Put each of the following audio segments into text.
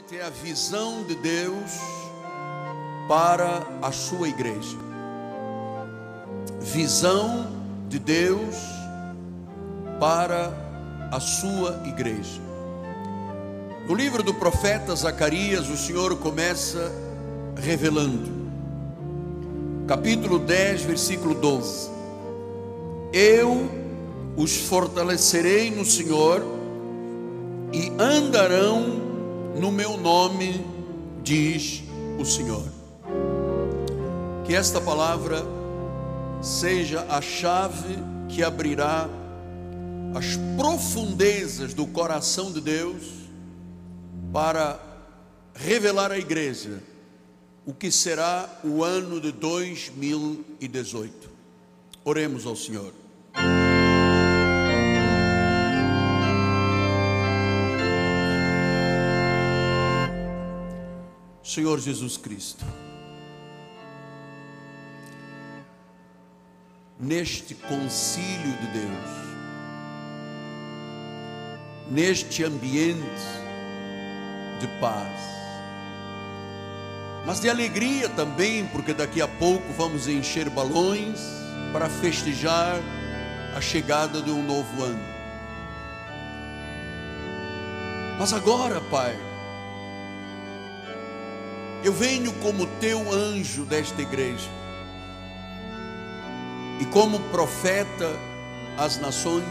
importante é a visão de Deus para a sua igreja. Visão de Deus para a sua igreja. No livro do profeta Zacarias, o Senhor começa revelando. Capítulo 10, versículo 12. Eu os fortalecerei no Senhor e andarão no meu nome, diz o Senhor. Que esta palavra seja a chave que abrirá as profundezas do coração de Deus para revelar à igreja o que será o ano de 2018. Oremos ao Senhor. Senhor Jesus Cristo, neste concílio de Deus, neste ambiente de paz, mas de alegria também, porque daqui a pouco vamos encher balões para festejar a chegada de um novo ano. Mas agora, Pai, eu venho como teu anjo desta igreja e como profeta às nações,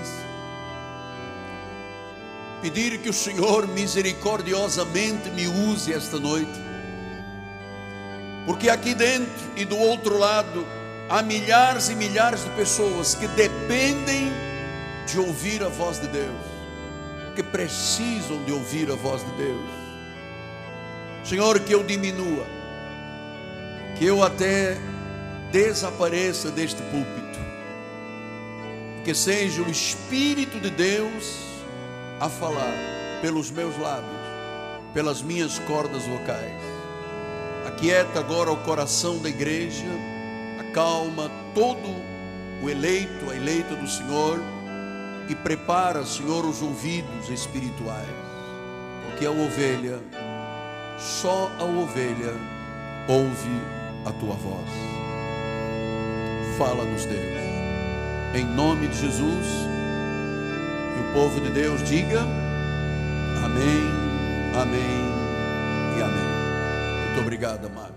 pedir que o Senhor misericordiosamente me use esta noite, porque aqui dentro e do outro lado há milhares e milhares de pessoas que dependem de ouvir a voz de Deus, que precisam de ouvir a voz de Deus. Senhor, que eu diminua, que eu até desapareça deste púlpito, que seja o Espírito de Deus a falar pelos meus lábios, pelas minhas cordas vocais. Aquieta agora o coração da igreja, acalma todo o eleito, a eleita do Senhor, e prepara, Senhor, os ouvidos espirituais, porque a ovelha, só a ovelha ouve a tua voz. Fala-nos, Deus, em nome de Jesus. E o povo de Deus diga amém, amém e amém. Muito obrigado, amado.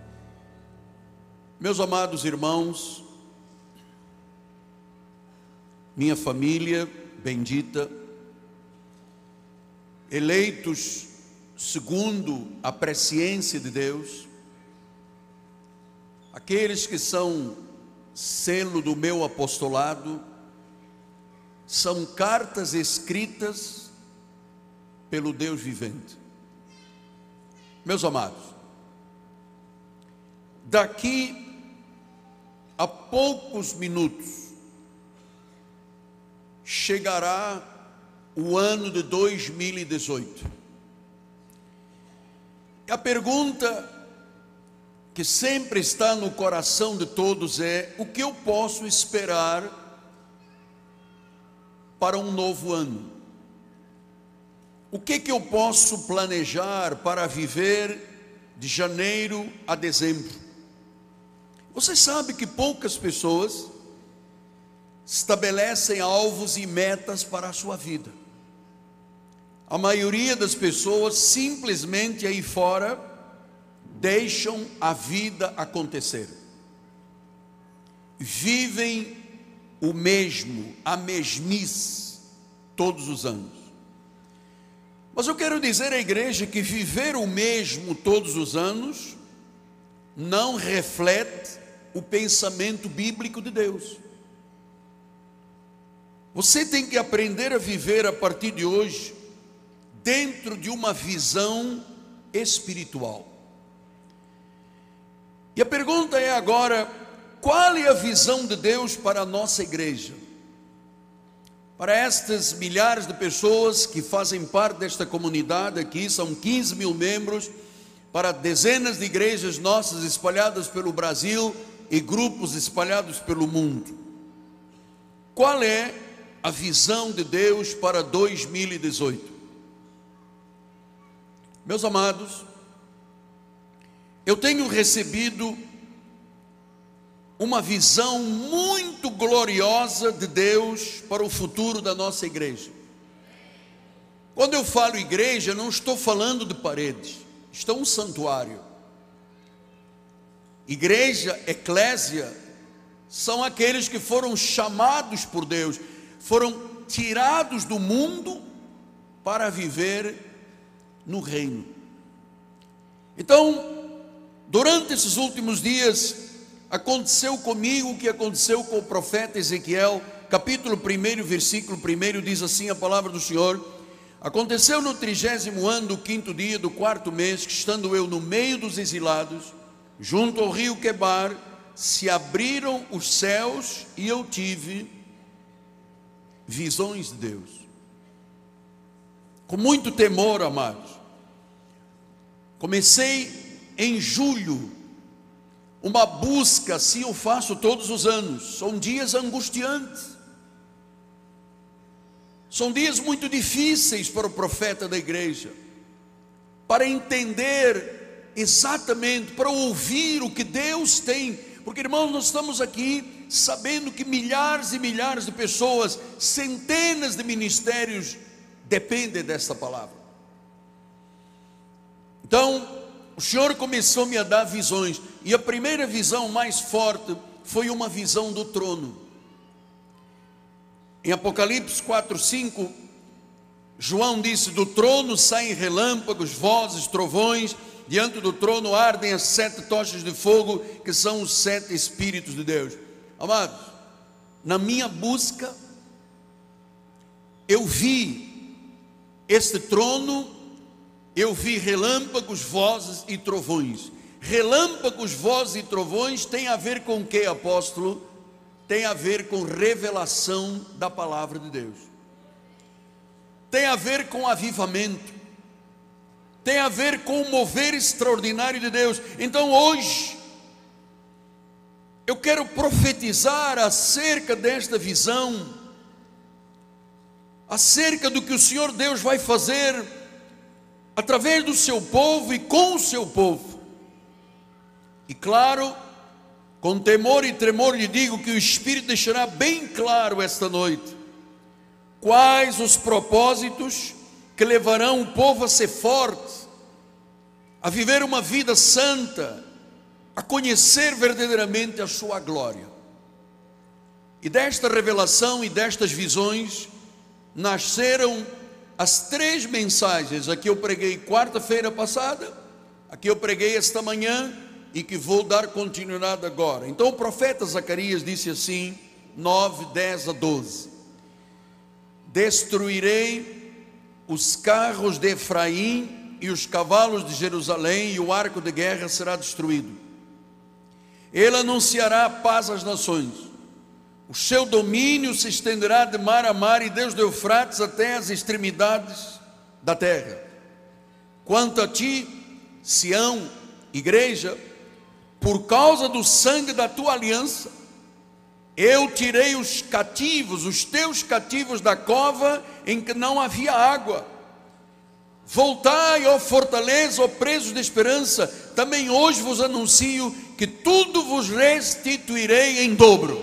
Meus amados irmãos, minha família bendita, eleitos segundo a presciência de Deus, aqueles que são selo do meu apostolado, são cartas escritas pelo Deus vivente. Meus amados, daqui a poucos minutos chegará o ano de 2018. A pergunta que sempre está no coração de todos é: o que eu posso esperar para um novo ano? O que eu posso planejar para viver de janeiro a dezembro? Você sabe que poucas pessoas estabelecem alvos e metas para a sua vida. A maioria das pessoas simplesmente aí fora deixam a vida acontecer. Vivem o mesmo, a mesmice, todos os anos. Mas eu quero dizer à igreja que viver o mesmo todos os anos não reflete o pensamento bíblico de Deus. Você tem que aprender a viver a partir de hoje dentro de uma visão espiritual. E a pergunta é agora: qual é a visão de Deus para a nossa igreja? Para estas milhares de pessoas que fazem parte desta comunidade aqui, são 15 mil membros, para dezenas de igrejas nossas espalhadas pelo Brasil e grupos espalhados pelo mundo. Qual é a visão de Deus para 2018? Meus amados, eu tenho recebido uma visão muito gloriosa de Deus para o futuro da nossa igreja. Quando eu falo igreja, não estou falando de paredes, isto é um santuário. Igreja, eclésia, são aqueles que foram chamados por Deus, foram tirados do mundo para viver no reino. Então, durante esses últimos dias, aconteceu comigo o que aconteceu com o profeta Ezequiel, capítulo 1, versículo 1, diz assim a palavra do Senhor: aconteceu no 30º ano do 5º dia do 4º mês, que estando eu no meio dos exilados, junto ao rio Quebar, se abriram os céus e eu tive visões de Deus. Com muito temor, amados, comecei em julho uma busca, assim eu faço todos os anos. São dias angustiantes, são dias muito difíceis para o profeta da igreja, para entender exatamente, para ouvir o que Deus tem, porque, irmãos, nós estamos aqui sabendo que milhares e milhares de pessoas, centenas de ministérios dependem dessa palavra. Então, o Senhor começou-me a dar visões, e a primeira visão mais forte foi uma visão do trono. Em Apocalipse 4:5, João disse: do trono saem relâmpagos, vozes, trovões, diante do trono ardem as 7 tochas de fogo, que são os 7 Espíritos de Deus. Amados, na minha busca, eu vi este trono, eu vi relâmpagos, vozes e trovões. Relâmpagos, vozes e trovões tem a ver com o que, apóstolo? Tem a ver com revelação da palavra de Deus, tem a ver com avivamento, tem a ver com o mover extraordinário de Deus. Então hoje eu quero profetizar acerca desta visão, acerca do que o Senhor Deus vai fazer através do seu povo e com o seu povo. E claro, com temor e tremor lhe digo que o Espírito deixará bem claro esta noite quais os propósitos que levarão o povo a ser forte, a viver uma vida santa, a conhecer verdadeiramente a sua glória. E desta revelação e destas visões nasceram as 3 mensagens. Aqui eu preguei quarta-feira passada, aqui eu preguei esta manhã e que vou dar continuidade agora. Então o profeta Zacarias disse assim, 9, 10 a 12: destruirei os carros de Efraim e os cavalos de Jerusalém, e o arco de guerra será destruído. Ele anunciará paz às nações, o seu domínio se estenderá de mar a mar e desde o Eufrates até as extremidades da terra. Quanto a ti, Sião, igreja, por causa do sangue da tua aliança, eu tirei os cativos, os teus cativos da cova em que não havia água. Voltai, ó fortaleza, ó presos de esperança, também hoje vos anuncio que tudo vos restituirei em dobro.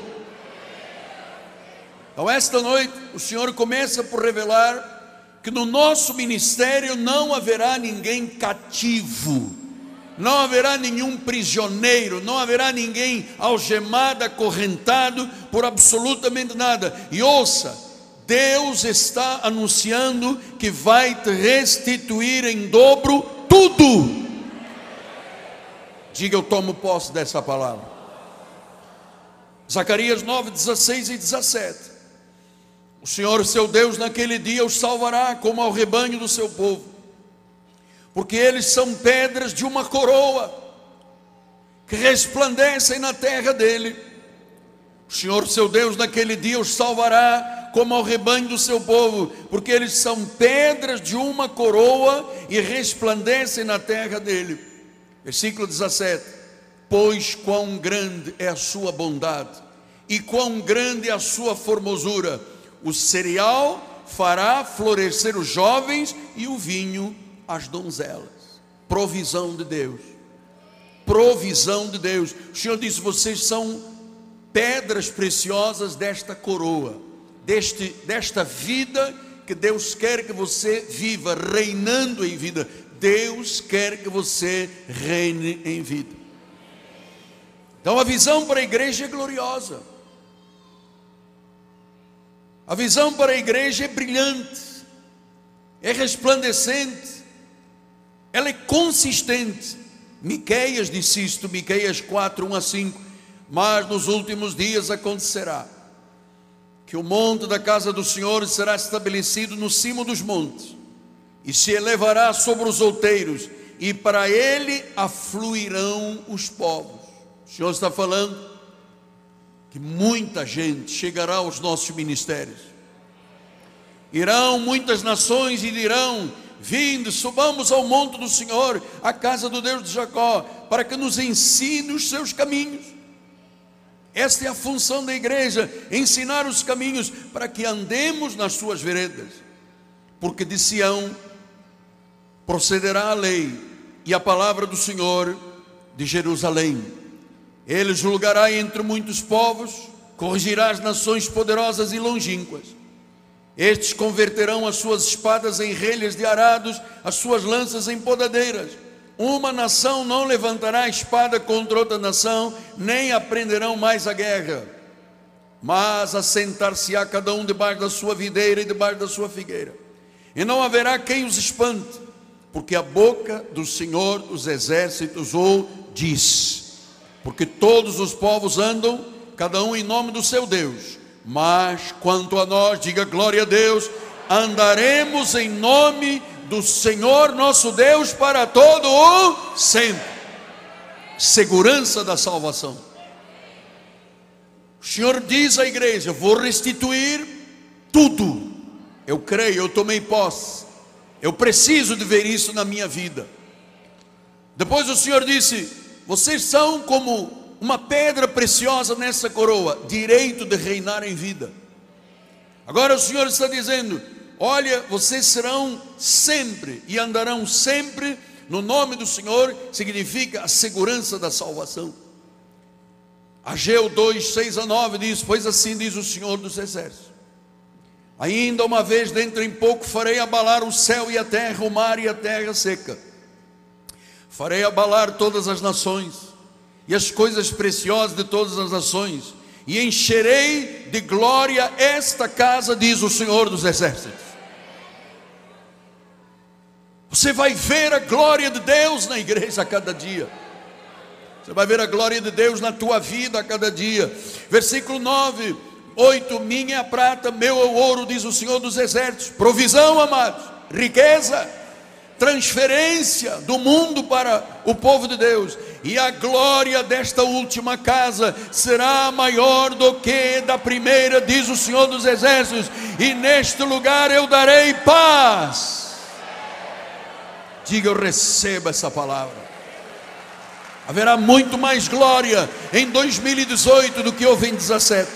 Então esta noite o Senhor começa por revelar que no nosso ministério não haverá ninguém cativo, não haverá nenhum prisioneiro, não haverá ninguém algemado, acorrentado por absolutamente nada. E ouça, Deus está anunciando que vai te restituir em dobro tudo. Diga: eu tomo posse dessa palavra. Zacarias 9, 16 e 17. O Senhor seu Deus naquele dia os salvará como ao rebanho do seu povo, porque eles são pedras de uma coroa que resplandecem na terra dele. O Senhor seu Deus naquele dia os salvará como ao rebanho do seu povo, porque eles são pedras de uma coroa e resplandecem na terra dele. Versículo 17: pois quão grande é a sua bondade e quão grande é a sua formosura. O cereal fará florescer os jovens e o vinho as donzelas. Provisão de Deus. Provisão de Deus. O Senhor disse: vocês são pedras preciosas desta coroa, desta vida que Deus quer que você viva, reinando em vida. Deus quer que você reine em vida. Então a visão para a igreja é gloriosa. A visão para a igreja é brilhante, é resplandecente, ela é consistente. Miqueias disse isto, Miqueias 4, 1-5. Mas nos últimos dias acontecerá que o monte da casa do Senhor será estabelecido no cimo dos montes, e se elevará sobre os outeiros, e para ele afluirão os povos. O Senhor está falando que muita gente chegará aos nossos ministérios. Irão muitas nações e dirão: vinde, subamos ao monte do Senhor, à casa do Deus de Jacó, para que nos ensine os seus caminhos. Esta é a função da igreja, ensinar os caminhos, para que andemos nas suas veredas. Porque de Sião procederá a lei e a palavra do Senhor de Jerusalém. Ele julgará entre muitos povos, corrigirá as nações poderosas e longínquas. Estes converterão as suas espadas em relhas de arados, as suas lanças em podadeiras. Uma nação não levantará a espada contra outra nação, nem aprenderão mais a guerra. Mas assentar-se-á cada um debaixo da sua videira e debaixo da sua figueira. E não haverá quem os espante, porque a boca do Senhor dos exércitos o diz. Porque todos os povos andam, cada um em nome do seu Deus. Mas quanto a nós, diga glória a Deus, andaremos em nome do Senhor nosso Deus para todo o sempre. Segurança da salvação. O Senhor diz à igreja: vou restituir tudo. Eu creio, eu tomei posse. Eu preciso de ver isso na minha vida. Depois o Senhor disse: vocês são como uma pedra preciosa nessa coroa, direito de reinar em vida. Agora o Senhor está dizendo: olha, vocês serão sempre e andarão sempre no nome do Senhor. Significa a segurança da salvação. Ageu 2, 6-9 diz: pois assim diz o Senhor dos exércitos: ainda uma vez dentro em pouco farei abalar o céu e a terra, o mar e a terra seca. Farei abalar todas as nações e as coisas preciosas de todas as nações, e encherei de glória esta casa, diz o Senhor dos exércitos. Você vai ver a glória de Deus na igreja a cada dia. Você vai ver a glória de Deus na tua vida a cada dia. Versículo 9, 8, minha é a prata, meu é o ouro, diz o Senhor dos exércitos. Provisão, amados, riqueza, transferência do mundo para o povo de Deus. E a glória desta última casa será maior do que da primeira, diz o Senhor dos exércitos. E neste lugar eu darei paz. Diga: eu recebo essa palavra. Haverá muito mais glória em 2018 do que houve em 2017.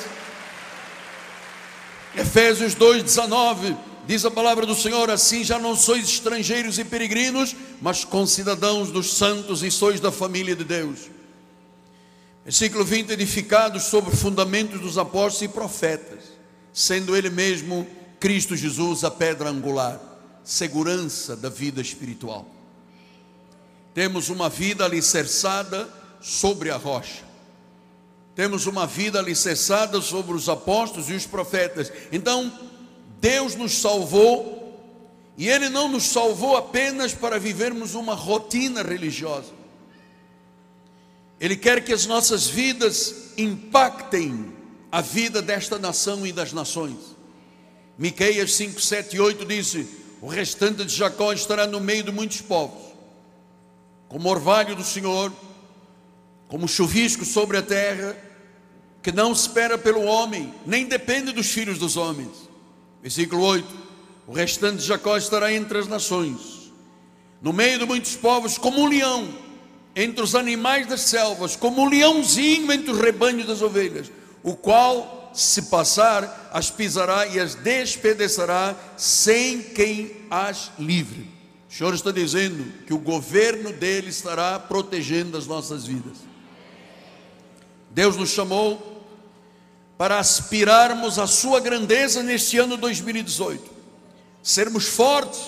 Efésios 2:19 diz a palavra do Senhor: assim já não sois estrangeiros e peregrinos, mas concidadãos dos santos e sois da família de Deus. Versículo 20: edificados sobre fundamentos dos apóstolos e profetas, sendo ele mesmo Cristo Jesus a pedra angular. Segurança da vida espiritual. Temos uma vida alicerçada sobre a rocha. Temos uma vida alicerçada sobre os apóstolos e os profetas. Então Deus nos salvou, e Ele não nos salvou apenas para vivermos uma rotina religiosa. Ele quer que as nossas vidas impactem a vida desta nação e das nações. Miqueias 5, 7 e 8 disse: o restante de Jacó estará no meio de muitos povos, como orvalho do Senhor, como chuvisco sobre a terra, que não espera pelo homem, nem depende dos filhos dos homens. Versículo 8: o restante de Jacó estará entre as nações, no meio de muitos povos, como um leão entre os animais das selvas, como um leãozinho entre os rebanhos das ovelhas, o qual, se passar, as pisará e as despedaçará, sem quem as livre. O Senhor está dizendo que o governo dele estará protegendo as nossas vidas. Deus nos chamou para aspirarmos à sua grandeza neste ano 2018. Sermos fortes,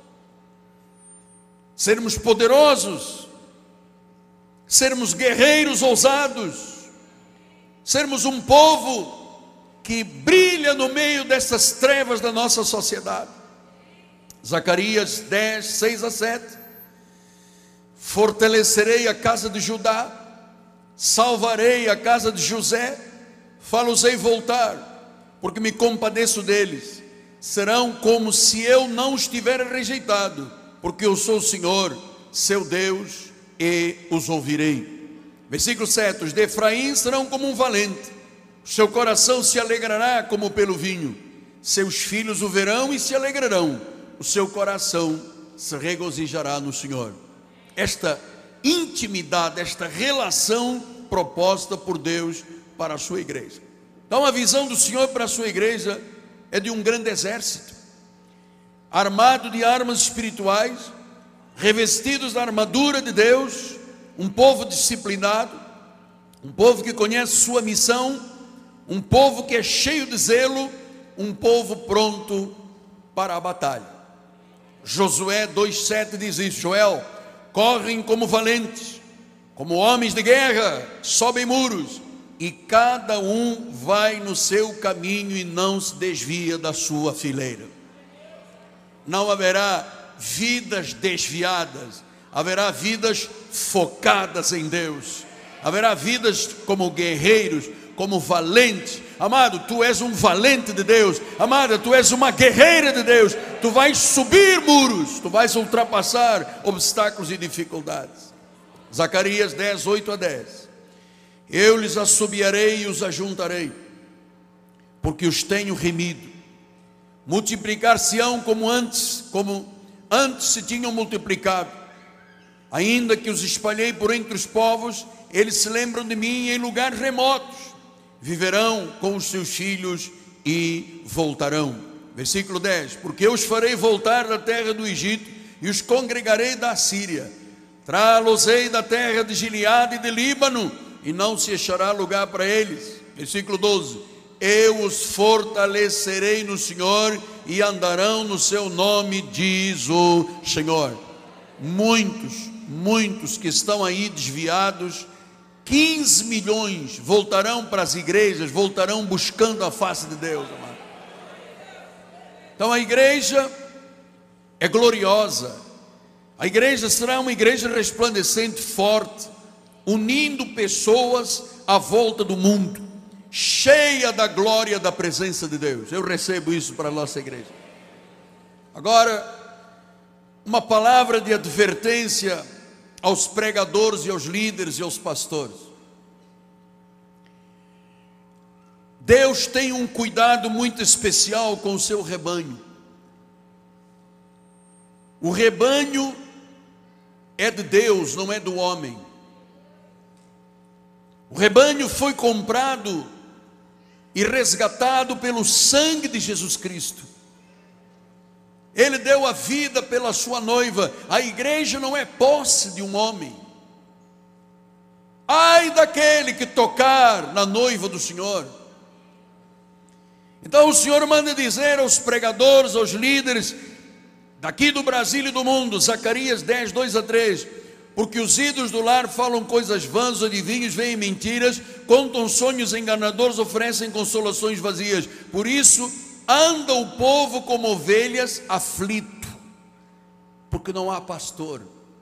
sermos poderosos, sermos guerreiros ousados, sermos um povo que brilha no meio dessas trevas da nossa sociedade. Zacarias 10, 6 a 7. Fortalecerei a casa de Judá, salvarei a casa de José, fá-los-ei voltar, porque me compadeço deles. Serão como se eu não os tivera rejeitado, porque eu sou o Senhor, seu Deus, e os ouvirei. Versículo 7. Os de Efraim serão como um valente, seu coração se alegrará como pelo vinho, seus filhos o verão e se alegrarão, o seu coração se regozijará no Senhor. Esta intimidade, esta relação proposta por Deus para a sua igreja. Então a visão do Senhor para a sua igreja é de um grande exército, armado de armas espirituais, revestidos da armadura de Deus, um povo disciplinado, um povo que conhece sua missão, um povo que é cheio de zelo, um povo pronto para a batalha. Josué 2,7 diz isso: Joel, correm como valentes, como homens de guerra, sobem muros, e cada um vai no seu caminho e não se desvia da sua fileira. Não haverá vidas desviadas, haverá vidas focadas em Deus, haverá vidas como guerreiros, como valentes. Amado, tu és um valente de Deus. Amada, tu és uma guerreira de Deus. Tu vais subir muros, tu vais ultrapassar obstáculos e dificuldades. Zacarias 10, 8 a 10. Eu lhes assobiarei e os ajuntarei, porque os tenho remido. Multiplicar-se-ão como antes se tinham multiplicado. Ainda que os espalhei por entre os povos, eles se lembram de mim em lugares remotos. Viverão com os seus filhos e voltarão. Versículo 10. Porque eu os farei voltar da terra do Egito e os congregarei da Síria. Trá-los-ei da terra de Gileade e de Líbano, e não se achará lugar para eles. Versículo 12. Eu os fortalecerei no Senhor e andarão no seu nome, diz o Senhor. Muitos que estão aí desviados, 15 milhões voltarão para as igrejas, voltarão buscando a face de Deus, amado. Então a igreja é gloriosa, a igreja será uma igreja resplandecente, forte, unindo pessoas à volta do mundo, cheia da glória da presença de Deus. Eu recebo isso para a nossa igreja. Agora, uma palavra de advertência aos pregadores e aos líderes e aos pastores. Deus tem um cuidado muito especial com o seu rebanho. O rebanho é de Deus, não é do homem. O rebanho foi comprado e resgatado pelo sangue de Jesus Cristo. Ele deu a vida pela sua noiva. A igreja não é posse de um homem. Ai daquele que tocar na noiva do Senhor. Então o Senhor manda dizer aos pregadores, aos líderes daqui do Brasil e do mundo, Zacarias 10, 2 a 3, porque os ídolos do lar falam coisas vãs, adivinhos, veem mentiras, contam sonhos enganadores, oferecem consolações vazias. Por isso anda o povo como ovelhas aflito, porque não há pastor.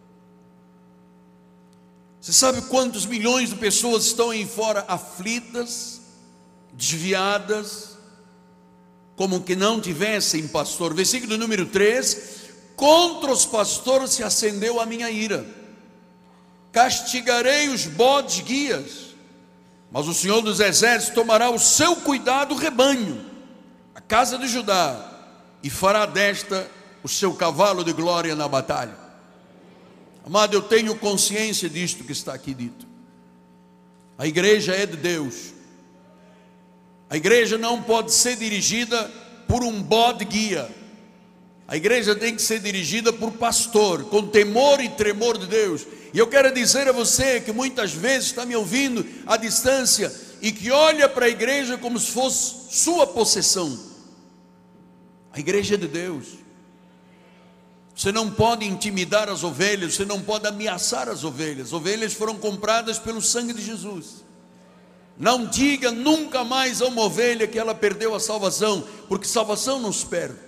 Você sabe quantos milhões de pessoas estão aí fora aflitas, desviadas, como que não tivessem pastor? Versículo número 3: contra os pastores se acendeu a minha ira, castigarei os bodes guias, mas o Senhor dos exércitos tomará o seu cuidado o rebanho, a casa de Judá, e fará desta o seu cavalo de glória na batalha. Amado, eu tenho consciência disto que está aqui dito. A igreja é de Deus. A igreja não pode ser dirigida por um bode guia. A igreja tem que ser dirigida por pastor, com temor e tremor de Deus. E eu quero dizer a você que muitas vezes está me ouvindo à distância e que olha para a igreja como se fosse sua possessão. A igreja é de Deus. Você não pode intimidar as ovelhas, você não pode ameaçar as ovelhas. As ovelhas foram compradas pelo sangue de Jesus. Não diga nunca mais a uma ovelha que ela perdeu a salvação, porque salvação não se perde.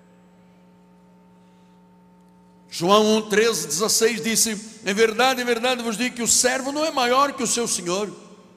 João 13:16 disse: em verdade vos digo que o servo não é maior que o seu senhor.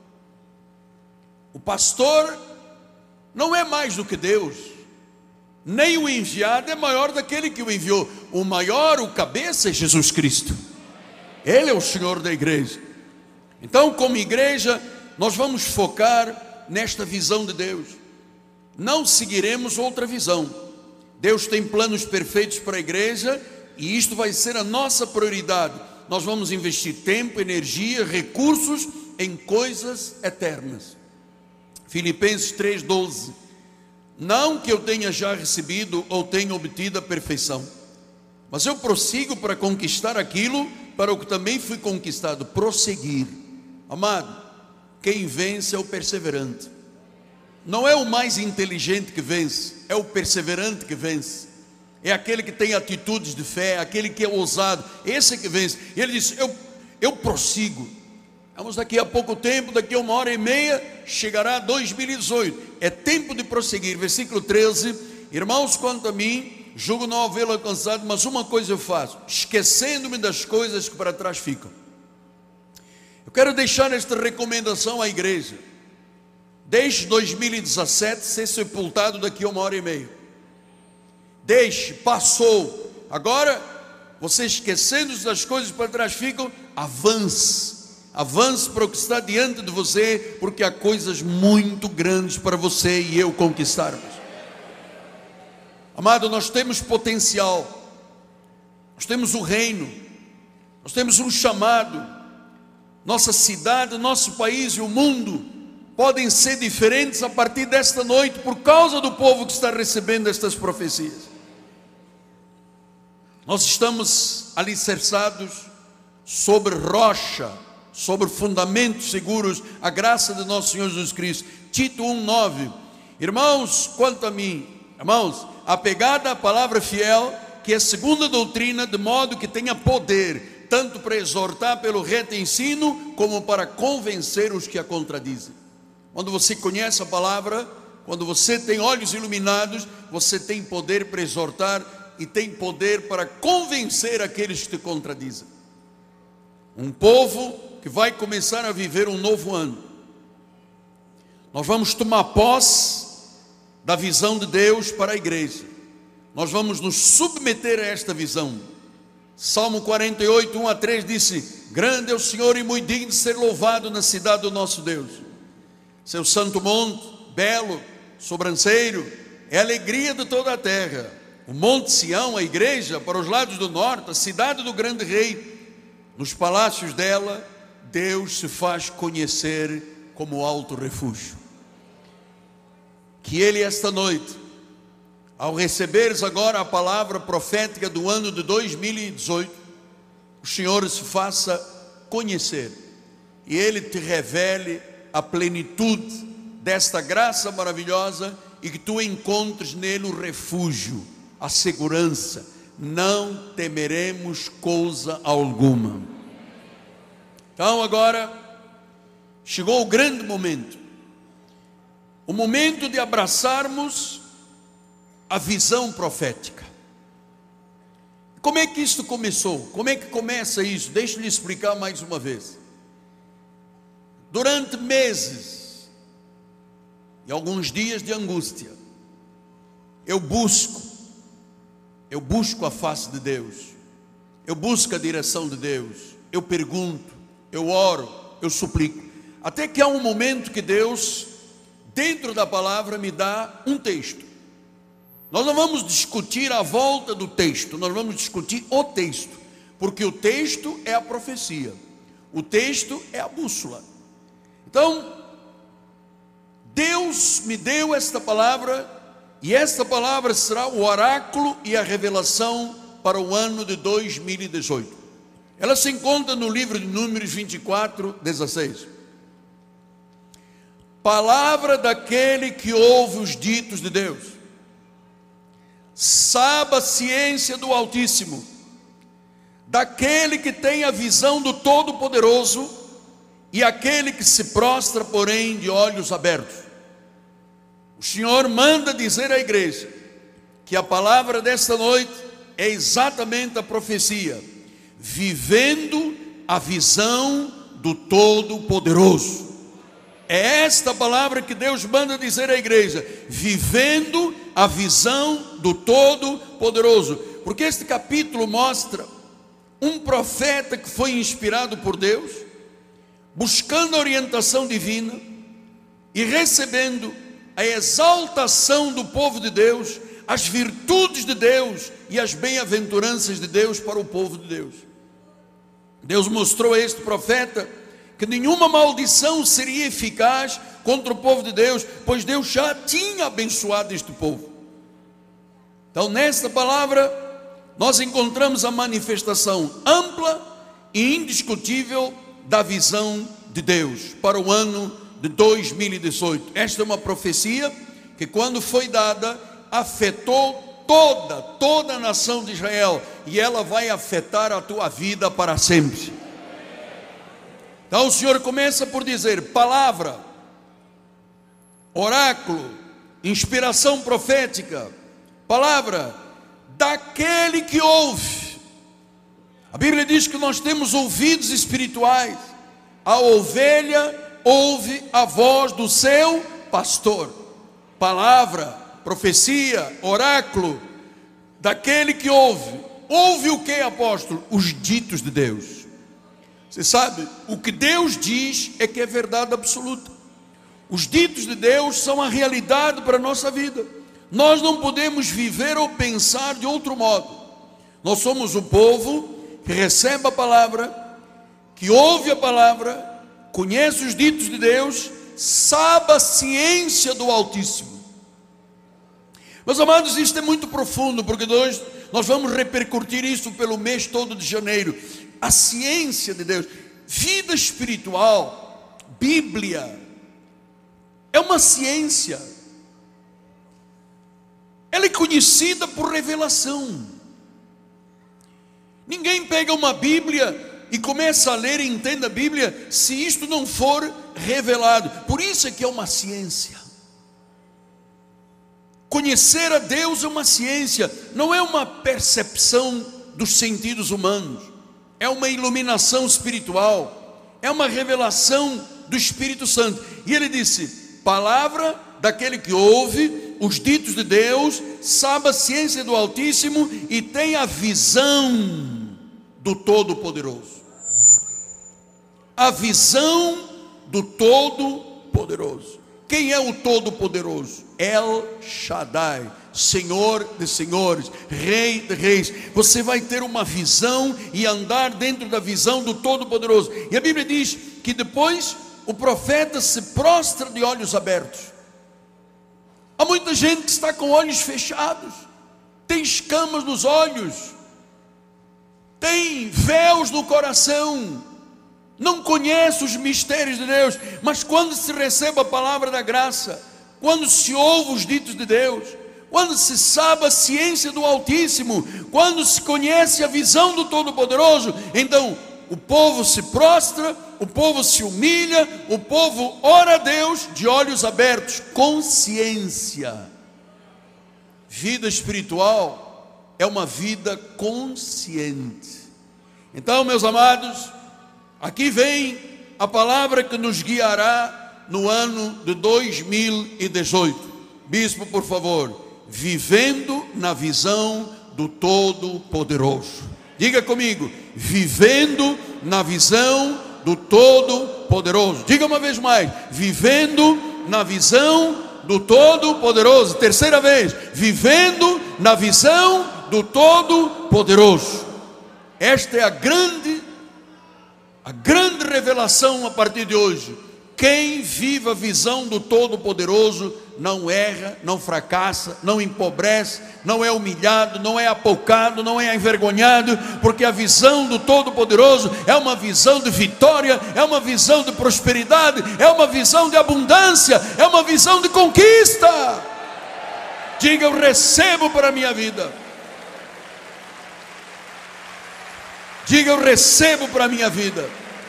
O pastor não é mais do que Deus, nem o enviado é maior daquele que o enviou. O maior, o cabeça, é Jesus Cristo. Ele é o Senhor da igreja. Então, como igreja, nós vamos focar nesta visão de Deus. Não seguiremos outra visão. Deus tem planos perfeitos para a igreja, e isto vai ser a nossa prioridade. Nós vamos investir tempo, energia, recursos em coisas eternas. Filipenses 3:12. Não que eu tenha já recebido ou tenha obtido a perfeição, mas eu prossigo para conquistar aquilo para o que também fui conquistado. Prosseguir. Amado, quem vence é o perseverante. Não é o mais inteligente que vence, é o perseverante que vence. É aquele que tem atitudes de fé, aquele que é ousado, esse é que vence. E ele diz: eu prossigo. Vamos daqui a pouco tempo, daqui a 1h30, chegará 2018. É tempo de prosseguir. Versículo 13: irmãos, quanto a mim, julgo não havê-lo alcançado, mas uma coisa eu faço, esquecendo-me das coisas que para trás ficam. Eu quero deixar esta recomendação à igreja. Deixe 2017 ser sepultado daqui a 1h30. Deixe, passou. Agora, você esquecendo das coisas que para trás ficam, avance. Avance para o que está diante de você, porque há coisas muito grandes para você e eu conquistarmos. Amado, nós temos potencial, nós temos o reino, nós temos um chamado. Nossa cidade, nosso país e o mundo podem ser diferentes a partir desta noite, por causa do povo que está recebendo estas profecias. Nós estamos alicerçados sobre rocha, sobre fundamentos seguros, a graça de nosso Senhor Jesus Cristo. Tito 1:9. Irmãos, quanto a mim, irmãos, apegada à palavra fiel, que é segundo a doutrina, de modo que tenha poder, tanto para exortar pelo reto ensino, como para convencer os que a contradizem. Quando você conhece a palavra, quando você tem olhos iluminados, você tem poder para exortar e tem poder para convencer aqueles que te contradizem. Um povo que vai começar a viver um novo ano. Nós vamos tomar posse da visão de Deus para a igreja. Nós vamos nos submeter a esta visão. Salmo 48, 1-3 disse: grande é o Senhor e muito digno de ser louvado na cidade do nosso Deus. Seu santo monte, belo, sobranceiro, é a alegria de toda a terra. O monte Sião, a igreja, para os lados do norte, a cidade do grande rei. Nos palácios dela, Deus se faz conhecer como alto refúgio. Que Ele esta noite, ao receberes agora a palavra profética do ano de 2018, o Senhor se faça conhecer e Ele te revele a plenitude desta graça maravilhosa e que tu encontres nele o refúgio, a segurança. Não temeremos coisa alguma. Então agora chegou o grande momento, o momento de abraçarmos a visão profética. Como é que isto começou? Como é que começa isso? Deixa eu lhe explicar mais uma vez. Durante meses e alguns dias de angústia, eu busco a face de Deus, eu busco a direção de Deus, eu pergunto, eu oro, eu suplico, até que há um momento que Deus, dentro da palavra, me dá um texto. Nós não vamos discutir a volta do texto, nós vamos discutir o texto, porque o texto é a profecia, o texto é a bússola. Então, Deus me deu esta palavra E esta palavra será o oráculo e a revelação para o ano de 2018. Ela se encontra no livro de Números 24:16. Palavra daquele que ouve os ditos de Deus, sabe a ciência do Altíssimo, daquele que tem a visão do Todo-Poderoso e aquele que se prostra, porém, de olhos abertos. O Senhor manda dizer à igreja que a palavra desta noite é exatamente a profecia: vivendo a visão do Todo-Poderoso. É esta palavra que Deus manda dizer à igreja: vivendo a visão do Todo-Poderoso. Porque este capítulo mostra um profeta que foi inspirado por Deus, buscando a orientação divina e recebendo a exaltação do povo de Deus, as virtudes de Deus e as bem-aventuranças de Deus para o povo de Deus. Deus mostrou a este profeta que nenhuma maldição seria eficaz contra o povo de Deus, pois Deus já tinha abençoado este povo. Então, nesta palavra, nós encontramos a manifestação ampla e indiscutível da visão de Deus para o ano de 2018. Esta é uma profecia que, quando foi dada, afetou toda a nação de Israel, e ela vai afetar a tua vida para sempre. Então o Senhor começa por dizer: palavra, oráculo, inspiração profética, palavra daquele que ouve. A Bíblia diz que nós temos ouvidos espirituais. A ovelha ouve a voz do seu pastor. Palavra, profecia, oráculo daquele que ouve. Ouve o que, apóstolo? Os ditos de Deus. Você sabe, o que Deus diz é que é verdade absoluta. Os ditos de Deus são a realidade para a nossa vida. Nós não podemos viver ou pensar de outro modo. Nós somos o povo que recebe a palavra, que ouve a palavra, conhece os ditos de Deus, sabe a ciência do Altíssimo. Meus amados, isto é muito profundo, porque nós vamos repercutir isso pelo mês todo de janeiro. A ciência de Deus, vida espiritual, Bíblia, é uma ciência. Ela é conhecida por revelação. Ninguém pega uma Bíblia e começa a ler e entende a Bíblia se isto não for revelado. Por isso é que é uma ciência. Conhecer a Deus é uma ciência, não é uma percepção dos sentidos humanos. É uma iluminação espiritual, é uma revelação do Espírito Santo. E ele disse: palavra daquele que ouve os ditos de Deus, sabe a ciência do Altíssimo e tem a visão do Todo-Poderoso. A visão do Todo-Poderoso. Quem é o Todo-Poderoso? El Shaddai, Senhor de senhores, Rei de reis. Você vai ter uma visão e andar dentro da visão do Todo-Poderoso. E a Bíblia diz que depois o profeta se prostra de olhos abertos. Há muita gente que está com olhos fechados, tem escamas nos olhos, tem véus no coração, não conhece os mistérios de Deus. Mas quando se recebe a palavra da graça, quando se ouve os ditos de Deus, quando se sabe a ciência do Altíssimo, quando se conhece a visão do Todo-Poderoso, então o povo se prostra, o povo se humilha, o povo ora a Deus de olhos abertos, consciência. Vida espiritual é uma vida consciente. Então, meus amados, aqui vem a palavra que nos guiará no ano de 2018. Bispo, por favor, vivendo na visão do Todo-Poderoso. Diga comigo: vivendo na visão do Todo-Poderoso. Diga uma vez mais: vivendo na visão do Todo-Poderoso. Terceira vez: vivendo na visão do Todo-Poderoso. Esta é a grande revelação a partir de hoje. Quem vive a visão do Todo-Poderoso não erra, não fracassa, não empobrece, não é humilhado, não é apocado, não é envergonhado, porque a visão do Todo-Poderoso é uma visão de vitória, é uma visão de prosperidade, é uma visão de abundância, é uma visão de conquista. Diga: eu recebo para a minha vida. Diga: eu recebo para a minha vida.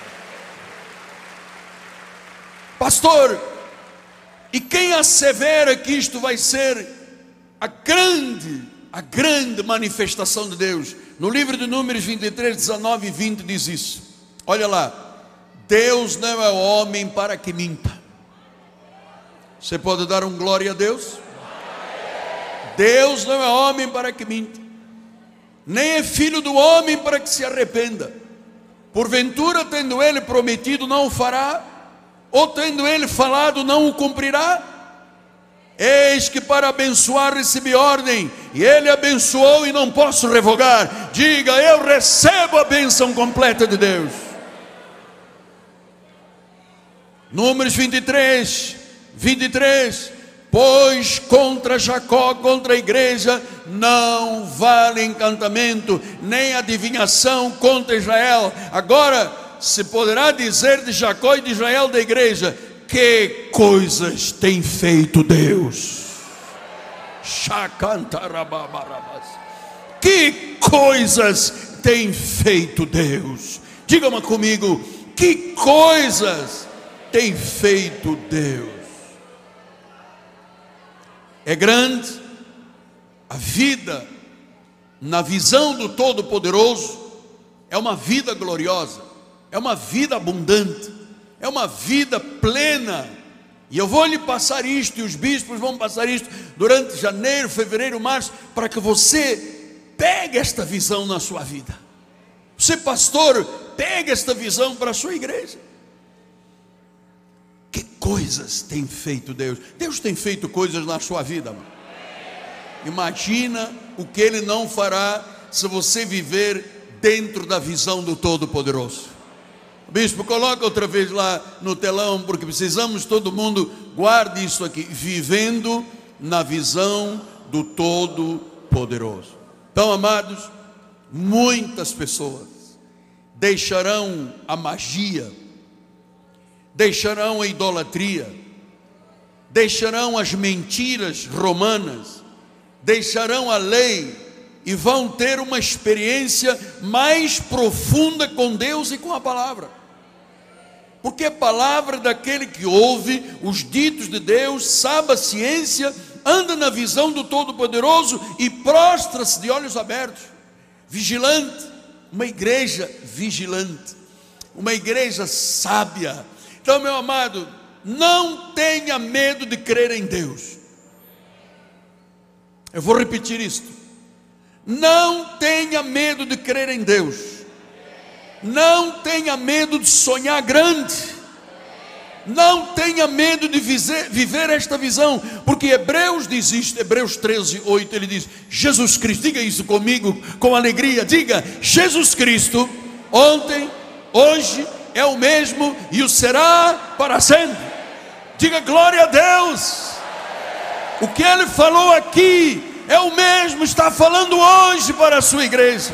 Pastor, e quem assevera que isto vai ser a grande manifestação de Deus? No livro de Números 23, 19 e 20 diz isso. Olha lá: Deus não é homem para que minta. Você pode dar um glória a Deus? Deus não é homem para que minta, nem é filho do homem para que se arrependa. Porventura, tendo ele prometido, não o fará? Ou tendo ele falado, não o cumprirá? Eis que para abençoar recebi ordem, e ele abençoou e não posso revogar. Diga: eu recebo a bênção completa de Deus. Números 23, 23. Pois contra Jacó, contra a igreja, não vale encantamento, nem adivinhação contra Israel. Agora se poderá dizer de Jacó e de Israel, da igreja: que coisas tem feito Deus. Que coisas tem feito Deus. Diga-me comigo: que coisas tem feito Deus. É grande a vida na visão do Todo-Poderoso, é uma vida gloriosa, é uma vida abundante, é uma vida plena. E eu vou lhe passar isto, e os bispos vão passar isto durante janeiro, fevereiro, março, para que você pegue esta visão na sua vida. Você, pastor, pegue esta visão para a sua igreja. Que coisas tem feito Deus? Deus tem feito coisas na sua vida, mano. Imagina o que Ele não fará se você viver dentro da visão do Todo-Poderoso. Bispo, coloca outra vez lá no telão, porque precisamos, todo mundo guarde isso aqui: vivendo na visão do Todo-Poderoso. Então, amados, muitas pessoas deixarão a magia, deixarão a idolatria, deixarão as mentiras romanas, deixarão a lei e vão ter uma experiência mais profunda com Deus e com a palavra. Porque a palavra daquele que ouve os ditos de Deus, sabe a ciência, anda na visão do Todo-Poderoso e prostra-se de olhos abertos, vigilante. Uma igreja vigilante, uma igreja sábia. Então, meu amado, não tenha medo de crer em Deus. Eu vou repetir isto: não tenha medo de crer em Deus. Não tenha medo de sonhar grande. Não tenha medo de viver esta visão, porque Hebreus diz isto, Hebreus 13, 8, ele diz: Jesus Cristo, diga isso comigo com alegria, diga: Jesus Cristo, ontem, hoje, é o mesmo e o será para sempre. Diga glória a Deus. O que Ele falou aqui é o mesmo, está falando hoje para a sua igreja.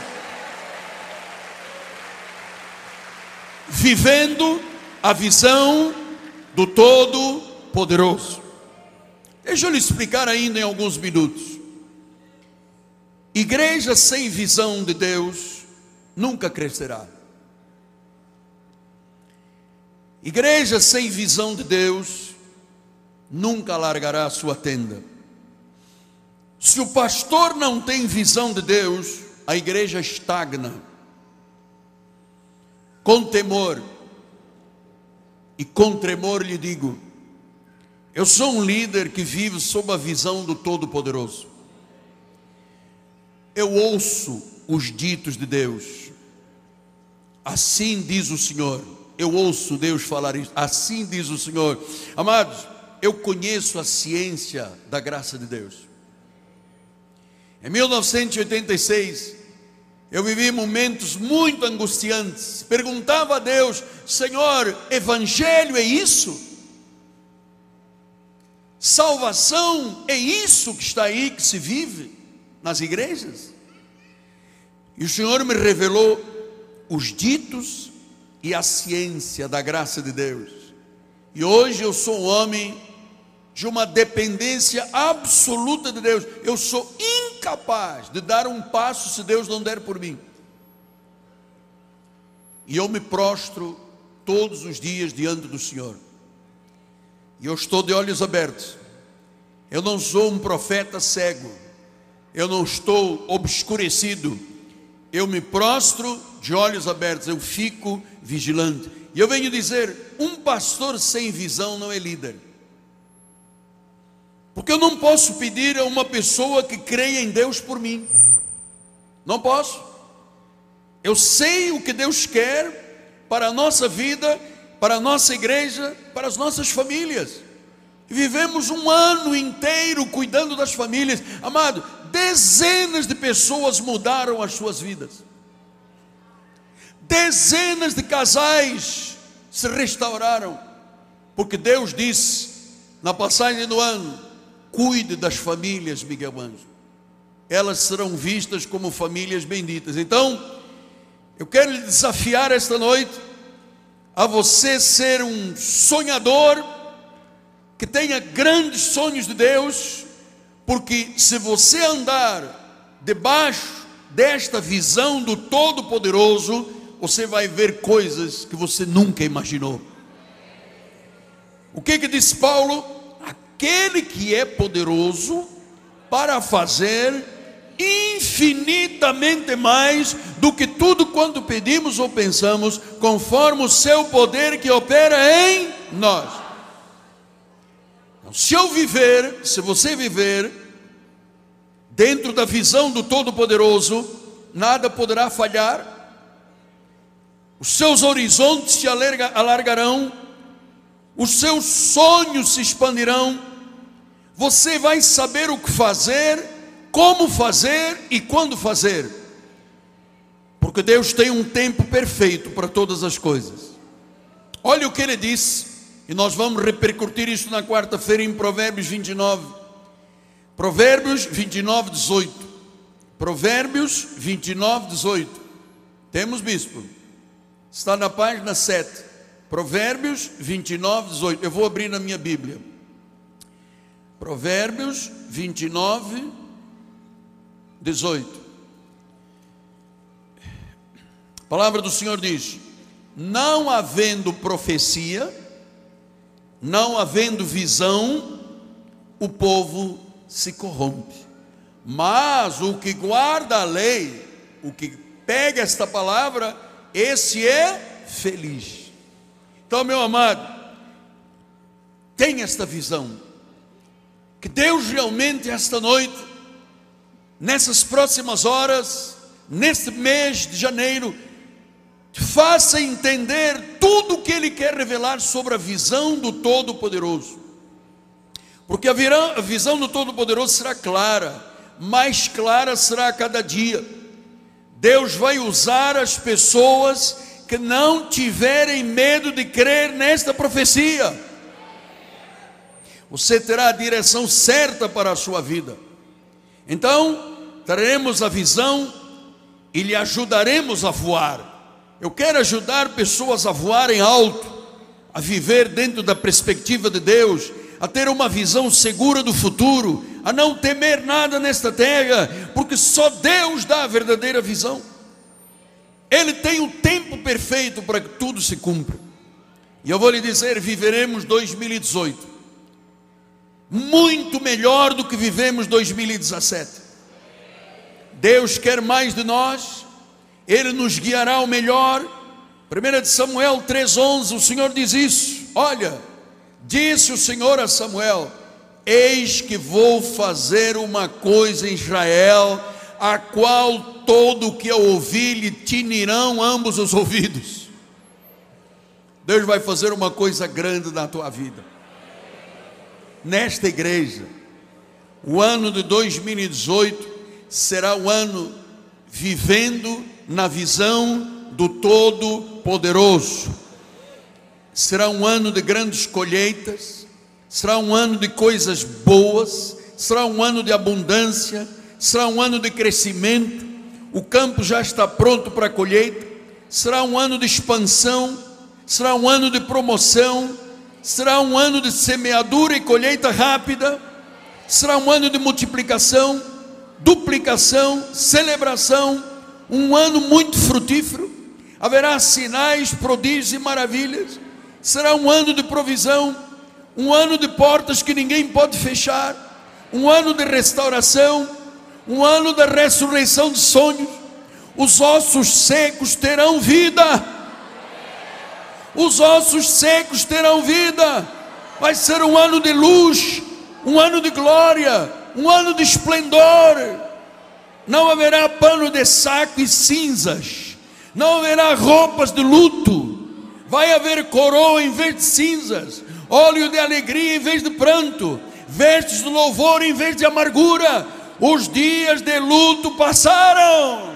Vivendo a visão do Todo-Poderoso. Deixa eu lhe explicar ainda em alguns minutos. Igreja sem visão de Deus nunca crescerá. Igreja sem visão de Deus nunca largará a sua tenda. Se o pastor não tem visão de Deus, a igreja estagna. Com temor e com tremor lhe digo: eu sou um líder que vive sob a visão do Todo-Poderoso. Eu ouço os ditos de Deus. Assim diz o Senhor. Eu ouço Deus falar isso. Assim diz o Senhor. Amados, eu conheço a ciência da graça de Deus. Em 1986, eu vivi momentos muito angustiantes. Perguntava a Deus: Senhor, evangelho é isso? Salvação é isso que está aí, que se vive nas igrejas. E o Senhor me revelou os ditos e a ciência da graça de Deus. E hoje eu sou um homem de uma dependência absoluta de Deus. Eu sou incapaz de dar um passo se Deus não der por mim. E eu me prostro todos os dias diante do Senhor. E eu estou de olhos abertos. Eu não sou um profeta cego. Eu não estou obscurecido. Eu me prostro de olhos abertos. Eu fico vigilante. E eu venho dizer, um pastor sem visão não é líder. Porque eu não posso pedir a uma pessoa que creia em Deus por mim. Não posso. Eu sei o que Deus quer para a nossa vida, para a nossa igreja, para as nossas famílias. Vivemos um ano inteiro cuidando das famílias. Amado, dezenas de pessoas mudaram as suas vidas. Dezenas de casais se restauraram. Porque Deus disse, na passagem do ano, cuide das famílias, Miguel Anjo. Elas serão vistas como famílias benditas. Então, eu quero lhe desafiar esta noite a você ser um sonhador, que tenha grandes sonhos de Deus, porque se você andar debaixo desta visão do Todo-Poderoso, você vai ver coisas que você nunca imaginou. O que disse Paulo? Aquele que é poderoso para fazer infinitamente mais do que tudo quanto pedimos ou pensamos, conforme o seu poder que opera em nós. Então, se você viver dentro da visão do Todo-Poderoso, nada poderá falhar. Os seus horizontes se alargarão, os seus sonhos se expandirão. Você vai saber o que fazer, como fazer e quando fazer, porque Deus tem um tempo perfeito para todas as coisas. Olha o que ele disse, e nós vamos repercutir isso na quarta-feira em Provérbios 29. Provérbios 29, 18. Provérbios 29, 18. Temos, bispo? Está na página 7. Provérbios 29, 18. Eu vou abrir na minha Bíblia. Provérbios 29, 18. A palavra do Senhor diz: não havendo profecia, não havendo visão, o povo se corrompe. Mas o que guarda a lei, o que pega esta palavra, esse é feliz. Então, meu amado, tenha esta visão, que Deus realmente esta noite, nessas próximas horas, neste mês de janeiro, te faça entender tudo o que Ele quer revelar sobre a visão do Todo-Poderoso. Porque a visão do Todo-Poderoso será clara, mais clara será a cada dia. Deus vai usar as pessoas que não tiverem medo de crer nesta profecia. Você terá a direção certa para a sua vida. Então, traremos a visão e lhe ajudaremos a voar. Eu quero ajudar pessoas a voarem alto, a viver dentro da perspectiva de Deus, a ter uma visão segura do futuro, a não temer nada nesta terra, porque só Deus dá a verdadeira visão. Ele tem o tempo perfeito para que tudo se cumpra. E eu vou lhe dizer, viveremos 2018 muito melhor do que vivemos 2017. Deus quer mais de nós, Ele nos guiará ao melhor. 1 Samuel 3,11, o Senhor diz isso. Olha, disse o Senhor a Samuel: eis que vou fazer uma coisa em Israel, a qual todo o que eu ouvir lhe tinirão ambos os ouvidos. Deus vai fazer uma coisa grande na tua vida. Nesta igreja, o ano de 2018 será o ano vivendo na visão do Todo-Poderoso. Será um ano de grandes colheitas, será um ano de coisas boas, será um ano de abundância, será um ano de crescimento. O campo já está pronto para a colheita. Será um ano de expansão, será um ano de promoção, será um ano de semeadura e colheita rápida, será um ano de multiplicação, duplicação, celebração, um ano muito frutífero. Haverá sinais, prodígios e maravilhas. Será um ano de provisão, um ano de portas que ninguém pode fechar, um ano de restauração, um ano da ressurreição de sonhos. Os ossos secos terão vida. Os ossos secos terão vida. Vai ser um ano de luz, um ano de glória, um ano de esplendor. Não haverá pano de saco e cinzas, não haverá roupas de luto. Vai haver coroa em vez de cinzas, óleo de alegria em vez de pranto, vestes de louvor em vez de amargura. Os dias de luto passaram.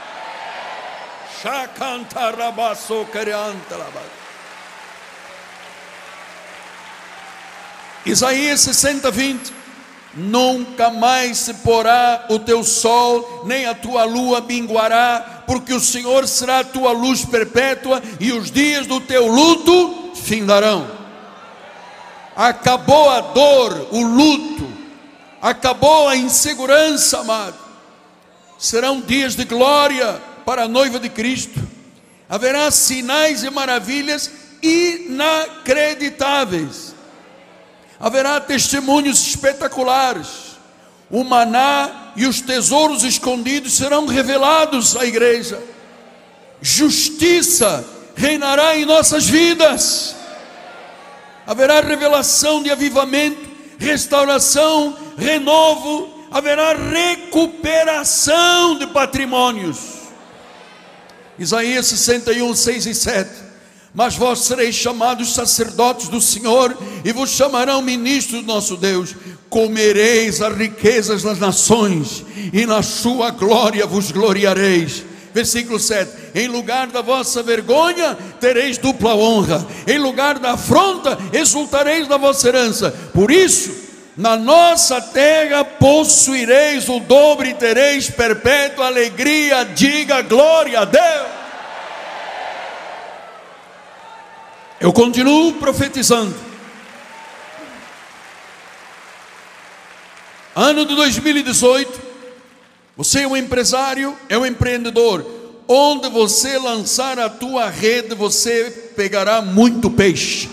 Isaías 60:20. Nunca mais se porá o teu sol, nem a tua lua minguará, porque o Senhor será a tua luz perpétua, e os dias do teu luto findarão. Acabou a dor, o luto, acabou a insegurança, amado. Serão dias de glória para a noiva de Cristo. Haverá sinais e maravilhas inacreditáveis. Haverá testemunhos espetaculares. O maná e os tesouros escondidos serão revelados à igreja. Justiça reinará em nossas vidas. Haverá revelação de avivamento, restauração, renovo. Haverá recuperação de patrimônios. Isaías 61, 6 e 7. Mas vós sereis chamados sacerdotes do Senhor, e vos chamarão ministros do nosso Deus. Comereis as riquezas das nações, e na sua glória vos gloriareis. Versículo 7. Em lugar da vossa vergonha, tereis dupla honra. Em lugar da afronta, exultareis na vossa herança. Por isso, na nossa terra possuireis o dobro e tereis perpétua alegria. Diga glória a Deus. Eu continuo profetizando. Ano de 2018, você é um empresário, é um empreendedor. Onde você lançar a tua rede, você pegará muito peixe.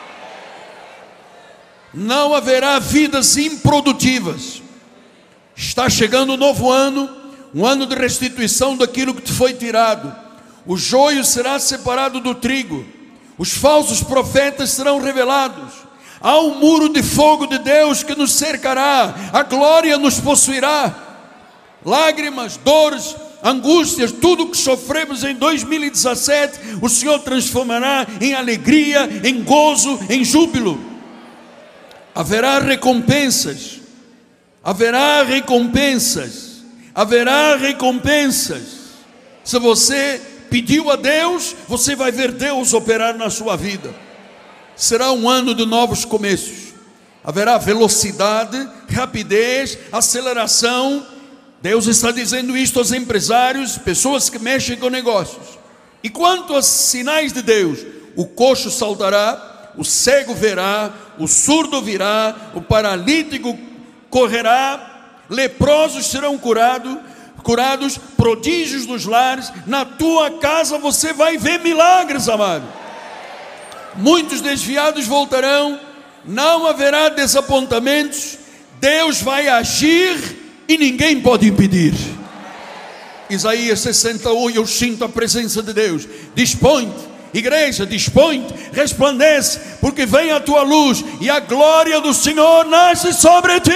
Não haverá vidas improdutivas. Está chegando um novo ano, um ano de restituição daquilo que te foi tirado. O joio será separado do trigo. Os falsos profetas serão revelados. Há um muro de fogo de Deus que nos cercará. A glória nos possuirá. Lágrimas, dores, angústias, tudo que sofremos em 2017, o Senhor transformará em alegria, em gozo, em júbilo. Haverá recompensas. Haverá recompensas. Haverá recompensas. Se você pediu a Deus, você vai ver Deus operar na sua vida. Será um ano de novos começos. Haverá velocidade, rapidez, aceleração. Deus está dizendo isto aos empresários, pessoas que mexem com negócios. E quanto aos sinais de Deus, o coxo saltará, o cego verá, o surdo virá, o paralítico correrá, leprosos serão curados, prodígios nos lares. Na tua casa você vai ver milagres, amado. Muitos desviados voltarão, não haverá desapontamentos. Deus vai agir e ninguém pode impedir. Isaías 61, eu sinto a presença de Deus. Dispõe-te, igreja, dispõe-te, resplandece, porque vem a tua luz e a glória do Senhor nasce sobre ti.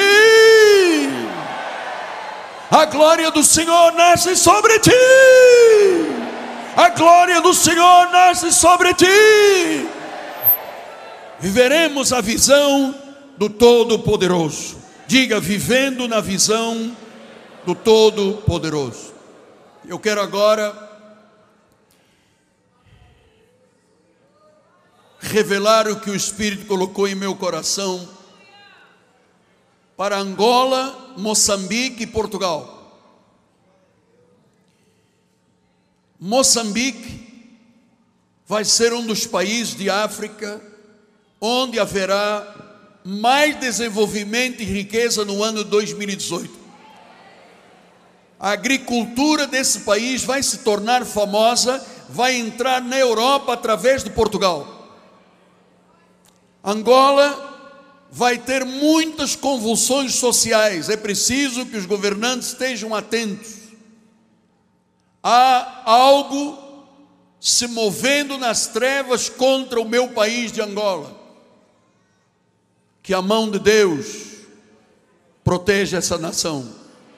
A glória do Senhor nasce sobre ti. A glória do Senhor nasce sobre ti. Viveremos a visão do Todo-Poderoso. Diga, vivendo na visão do Todo-Poderoso. Eu quero agora revelar o que o Espírito colocou em meu coração para Angola, Moçambique e Portugal. Moçambique vai ser um dos países de África onde haverá mais desenvolvimento e riqueza no ano 2018. A agricultura desse país vai se tornar famosa, vai entrar na Europa através de Portugal. Angola vai ter muitas convulsões sociais, é preciso que os governantes estejam atentos. Há algo se movendo nas trevas contra o meu país de Angola. Que a mão de Deus proteja essa nação.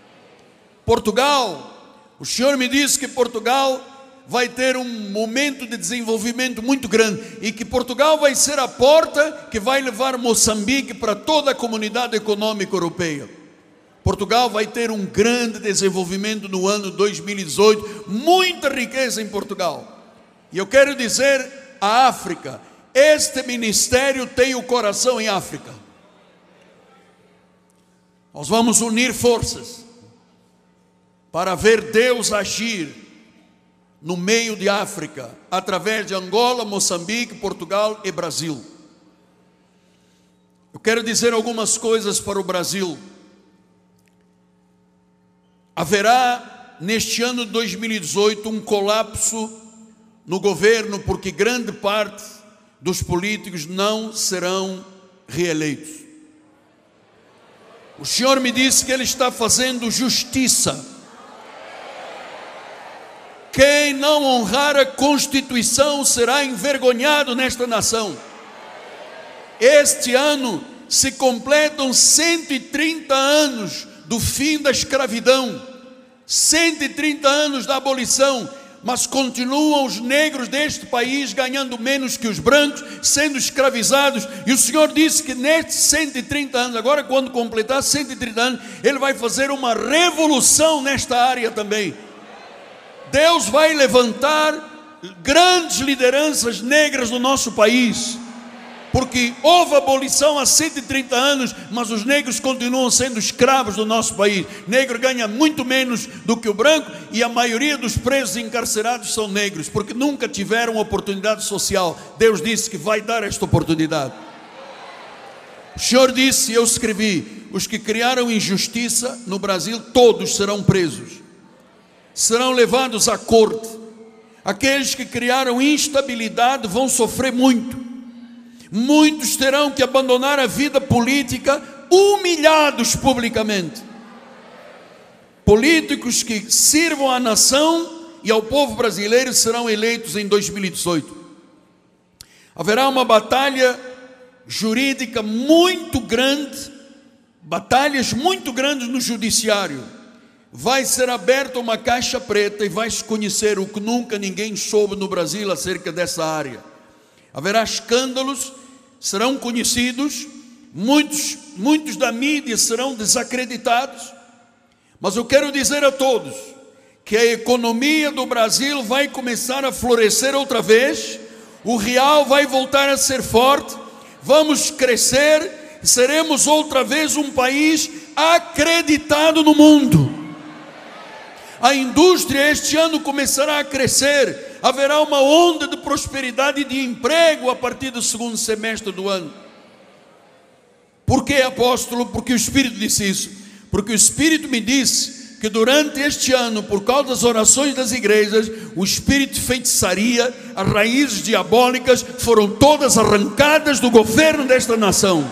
Portugal, o Senhor me disse que Portugal vai ter um momento de desenvolvimento muito grande e que Portugal vai ser a porta que vai levar Moçambique para toda a comunidade econômica europeia. Portugal vai ter um grande desenvolvimento no ano 2018, muita riqueza em Portugal. E eu quero dizer à África, este ministério tem o coração em África. Nós vamos unir forças para ver Deus agir no meio de África, através de Angola, Moçambique, Portugal e Brasil. Eu quero dizer algumas coisas para o Brasil. Haverá neste ano de 2018 um colapso no governo, porque grande parte dos políticos não serão reeleitos. O Senhor me disse que Ele está fazendo justiça. Quem não honrar a Constituição será envergonhado nesta nação. Este ano se completam 130 anos do fim da escravidão, 130 anos da abolição, mas continuam os negros deste país ganhando menos que os brancos, sendo escravizados. E o Senhor disse que nestes 130 anos, agora quando completar 130 anos, Ele vai fazer uma revolução nesta área também. Deus vai levantar grandes lideranças negras no nosso país, porque houve abolição há 130 anos, mas os negros continuam sendo escravos do nosso país. Negro ganha muito menos do que o branco, e a maioria dos presos e encarcerados são negros, porque nunca tiveram oportunidade social. Deus disse que vai dar esta oportunidade. O Senhor disse, e eu escrevi, os que criaram injustiça no Brasil, todos serão presos, serão levados à corte. Aqueles que criaram instabilidade vão sofrer muito. Muitos terão que abandonar a vida política, humilhados publicamente. Políticos que sirvam à nação e ao povo brasileiro serão eleitos em 2018. Haverá uma batalha jurídica muito grande, batalhas muito grandes no judiciário. Vai ser aberta uma caixa preta e vai se conhecer o que nunca ninguém soube no Brasil acerca dessa área. Haverá escândalos, serão conhecidos, muitos da mídia serão desacreditados, mas eu quero dizer a todos que a economia do Brasil vai começar a florescer outra vez, o real vai voltar a ser forte, vamos crescer, seremos outra vez um país acreditado no mundo. A indústria este ano começará a crescer, haverá uma onda de prosperidade e de emprego a partir do segundo semestre do ano. Por que, apóstolo? Porque o Espírito disse isso. Porque o Espírito me disse que durante este ano, por causa das orações das igrejas, o espírito de feitiçaria, as raízes diabólicas foram todas arrancadas do governo desta nação.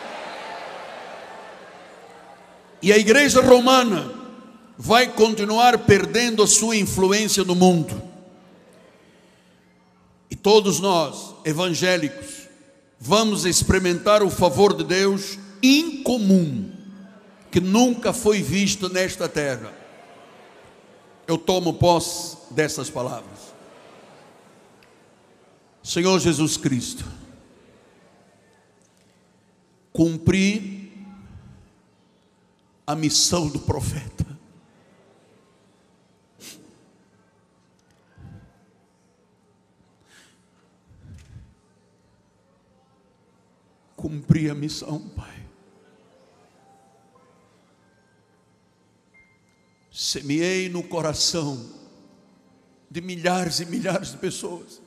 E a igreja romana vai continuar perdendo a sua influência no mundo. E todos nós, evangélicos, vamos experimentar o favor de Deus incomum, que nunca foi visto nesta terra. Eu tomo posse dessas palavras. Senhor Jesus Cristo, cumpri a missão do profeta. Cumpri a missão, Pai. semeei no coração de milhares e milhares de pessoas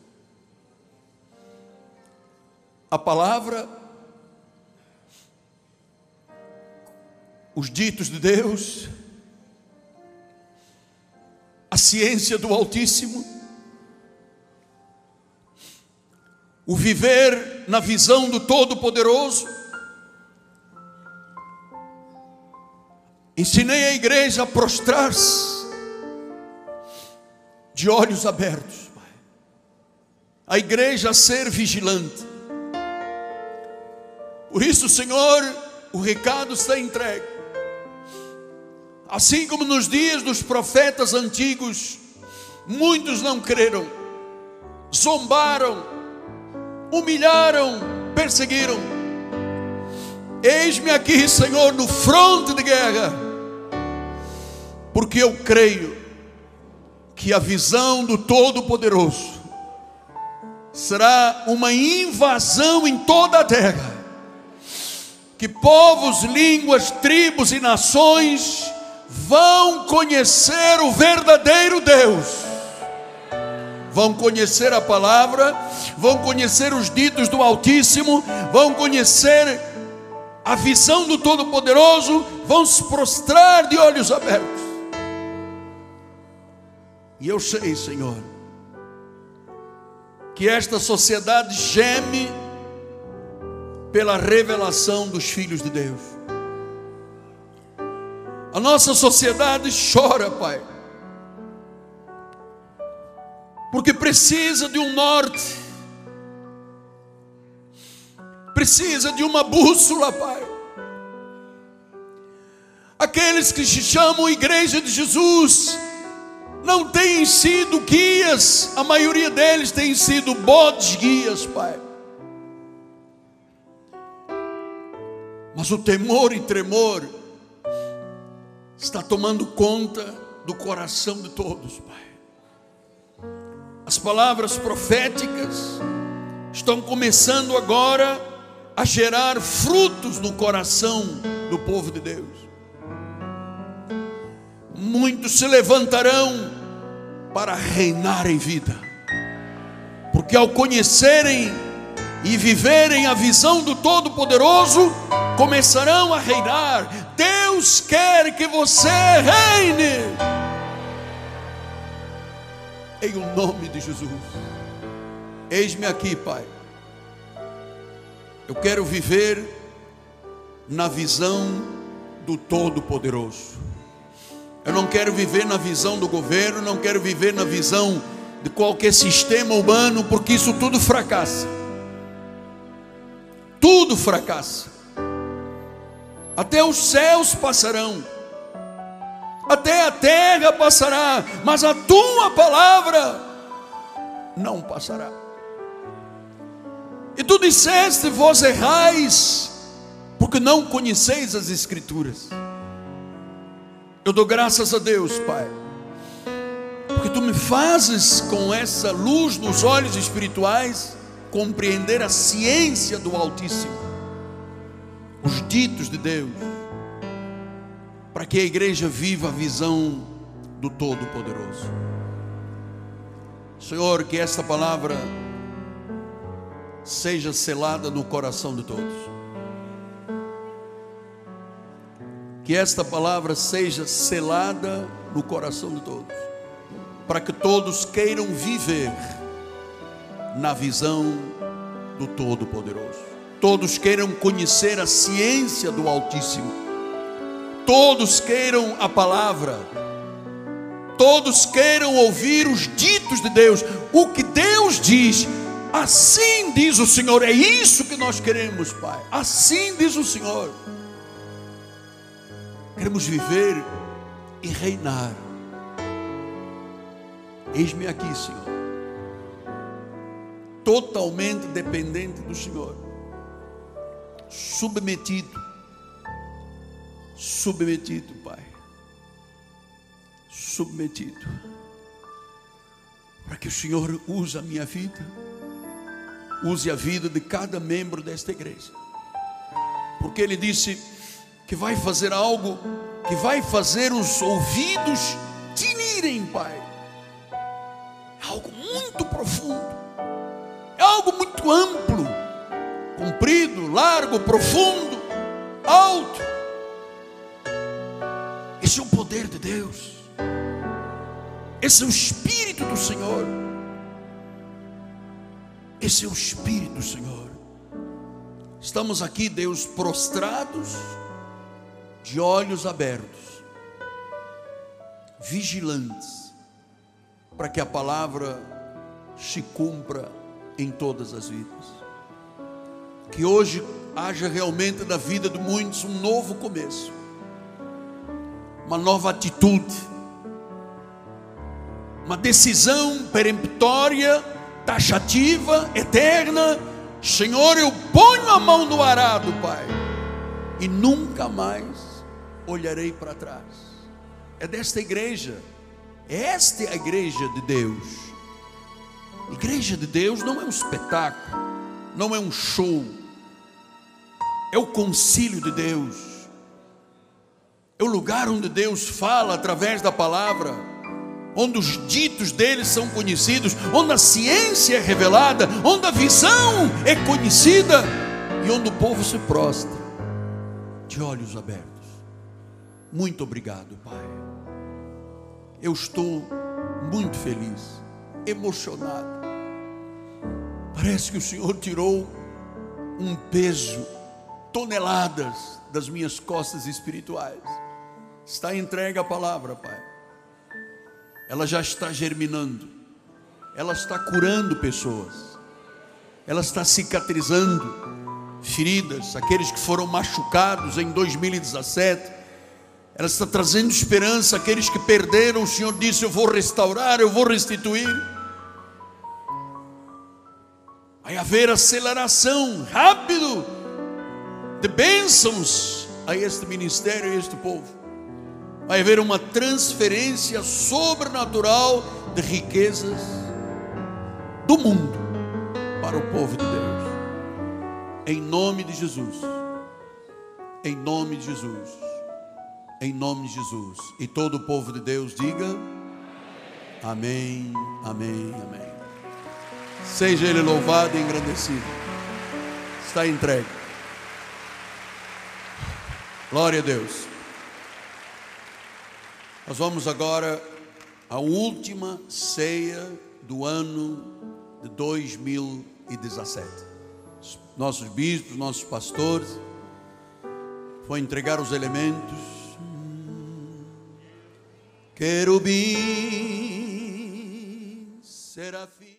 a palavra, os ditos de Deus, a ciência do Altíssimo, o viver na visão do Todo-Poderoso. Ensinei a igreja a prostrar-se de olhos abertos, a igreja a ser vigilante. Por isso, Senhor, o recado está entregue. Assim como nos dias dos profetas antigos, muitos não creram, zombaram, humilharam, perseguiram. Eis-me aqui, Senhor, no fronte de guerra, porque eu creio que a visão do Todo-Poderoso será uma invasão em toda a terra, que povos, línguas, tribos e nações vão conhecer o verdadeiro Deus, vão conhecer a palavra, vão conhecer os ditos do Altíssimo, vão conhecer a visão do Todo-Poderoso, vão se prostrar de olhos abertos. E eu sei, Senhor, que esta sociedade geme pela revelação dos filhos de Deus. A nossa sociedade chora, Pai, porque precisa de um norte, precisa de uma bússola, Pai. Aqueles que se chamam Igreja de Jesus não têm sido guias, a maioria deles têm sido bodes guias, Pai. Mas o temor e tremor está tomando conta do coração de todos, Pai. As palavras proféticas estão começando agora a gerar frutos no coração do povo de Deus. Muitos se levantarão para reinar em vida, porque ao conhecerem e viverem a visão do Todo-Poderoso, começarão a reinar. Deus quer que você reine, em o nome de Jesus. Eis-me aqui, Pai. Eu quero viver na visão do Todo-Poderoso. Eu não quero viver na visão do governo, não quero viver na visão de qualquer sistema humano, porque isso tudo fracassa. Tudo fracassa. Até os céus passarão, até a terra passará, mas a tua palavra não passará. E tu disseste: vós errais, porque não conheceis as Escrituras. Eu dou graças a Deus, Pai, porque tu me fazes, com essa luz nos olhos espirituais, compreender a ciência do Altíssimo, os ditos de Deus, para que a igreja viva a visão do Todo-Poderoso. Senhor, que esta palavra seja selada no coração de todos, que esta palavra seja selada no coração de todos, para que todos queiram viver na visão do Todo-Poderoso, todos queiram conhecer a ciência do Altíssimo, todos queiram a palavra, todos queiram ouvir os ditos de Deus, o que Deus diz. Assim diz o Senhor. É isso que nós queremos, Pai. Assim diz o Senhor. Queremos viver e reinar. Eis-me aqui, Senhor, totalmente dependente do Senhor, submetido, Pai, submetido, para que o Senhor use a minha vida, use a vida de cada membro desta igreja, porque Ele disse que vai fazer algo que vai fazer os ouvidos tinirem, Pai. É algo muito profundo, é algo muito amplo, comprido, largo, profundo, alto. Esse é o poder de Deus, esse é o Espírito do Senhor, esse é o Espírito do Senhor. Estamos aqui, Deus, prostrados, de olhos abertos, vigilantes, para que a palavra se cumpra em todas as vidas. Que hoje haja realmente na vida de muitos um novo começo, uma nova atitude, uma decisão peremptória, taxativa, eterna. Senhor, eu ponho a mão no arado, Pai, e nunca mais olharei para trás. É desta igreja, esta é a igreja de Deus. Igreja de Deus não é um espetáculo, não é um show, é o concílio de Deus, é o lugar onde Deus fala através da palavra, onde os ditos dele são conhecidos, onde a ciência é revelada, onde a visão é conhecida e onde o povo se prostra de olhos abertos. Muito obrigado, Pai. Eu estou muito feliz, emocionado. Parece que o Senhor tirou um peso, toneladas das minhas costas espirituais. Está entregue a palavra, Pai. Ela já está germinando, ela está curando pessoas, ela está cicatrizando feridas, aqueles que foram machucados em 2017, ela está trazendo esperança àqueles que perderam. O Senhor disse: eu vou restaurar, eu vou restituir. Vai haver aceleração, rápido, de bênçãos a este ministério e a este povo. Vai haver uma transferência sobrenatural de riquezas do mundo para o povo de Deus. Em nome de Jesus. Em nome de Jesus. Em nome de Jesus. E todo o povo de Deus diga: amém, amém, amém. Seja Ele louvado e engrandecido. Está entregue. Glória a Deus. Nós vamos agora à última ceia do ano de 2017. Nossos bispos, nossos pastores vão entregar os elementos. Querubim, serafim.